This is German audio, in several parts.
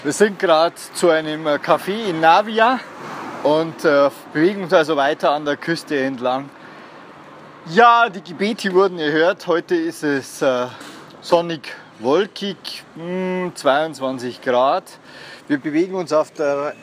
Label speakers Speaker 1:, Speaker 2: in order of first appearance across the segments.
Speaker 1: Wir sind gerade zu einem Café in Navia und bewegen uns also weiter an der Küste entlang. Ja, die Gebete wurden gehört. Heute ist es sonnig, wolkig, 22 Grad. Wir bewegen uns auf der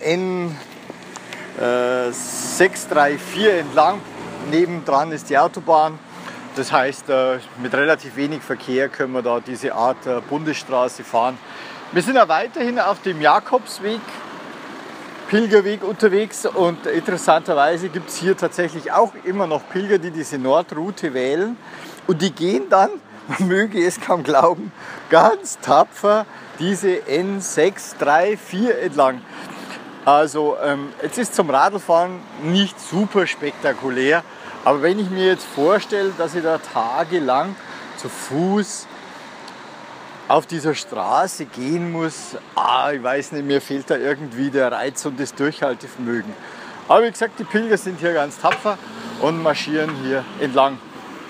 Speaker 1: N634 entlang. Nebendran ist die Autobahn. Das heißt, mit relativ wenig Verkehr können wir da diese Art Bundesstraße fahren. Wir sind auch weiterhin auf dem Jakobsweg, Pilgerweg unterwegs und interessanterweise gibt es hier tatsächlich auch immer noch Pilger, die diese Nordroute wählen und die gehen dann, man möge es kaum glauben, ganz tapfer diese N634 entlang. Also jetzt ist zum Radlfahren nicht super spektakulär, aber wenn ich mir jetzt vorstelle, dass ich da tagelang zu Fuß auf dieser Straße gehen muss, ich weiß nicht, mir fehlt da irgendwie der Reiz und das Durchhaltevermögen. Aber wie gesagt, die Pilger sind hier ganz tapfer und marschieren hier entlang.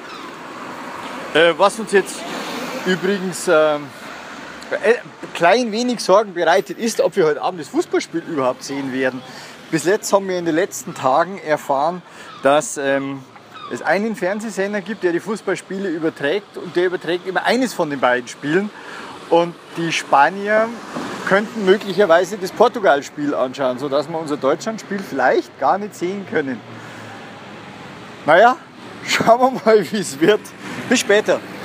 Speaker 1: Was uns jetzt übrigens klein wenig Sorgen bereitet ist, ob wir heute Abend das Fußballspiel überhaupt sehen werden. Bis jetzt haben wir in den letzten Tagen erfahren, dass es einen Fernsehsender gibt, der die Fußballspiele überträgt und der überträgt immer eines von den beiden Spielen. Und die Spanier könnten möglicherweise das Portugal-Spiel anschauen, sodass wir unser Deutschland-Spiel vielleicht gar nicht sehen können. Naja, schauen wir mal, wie es wird. Bis später.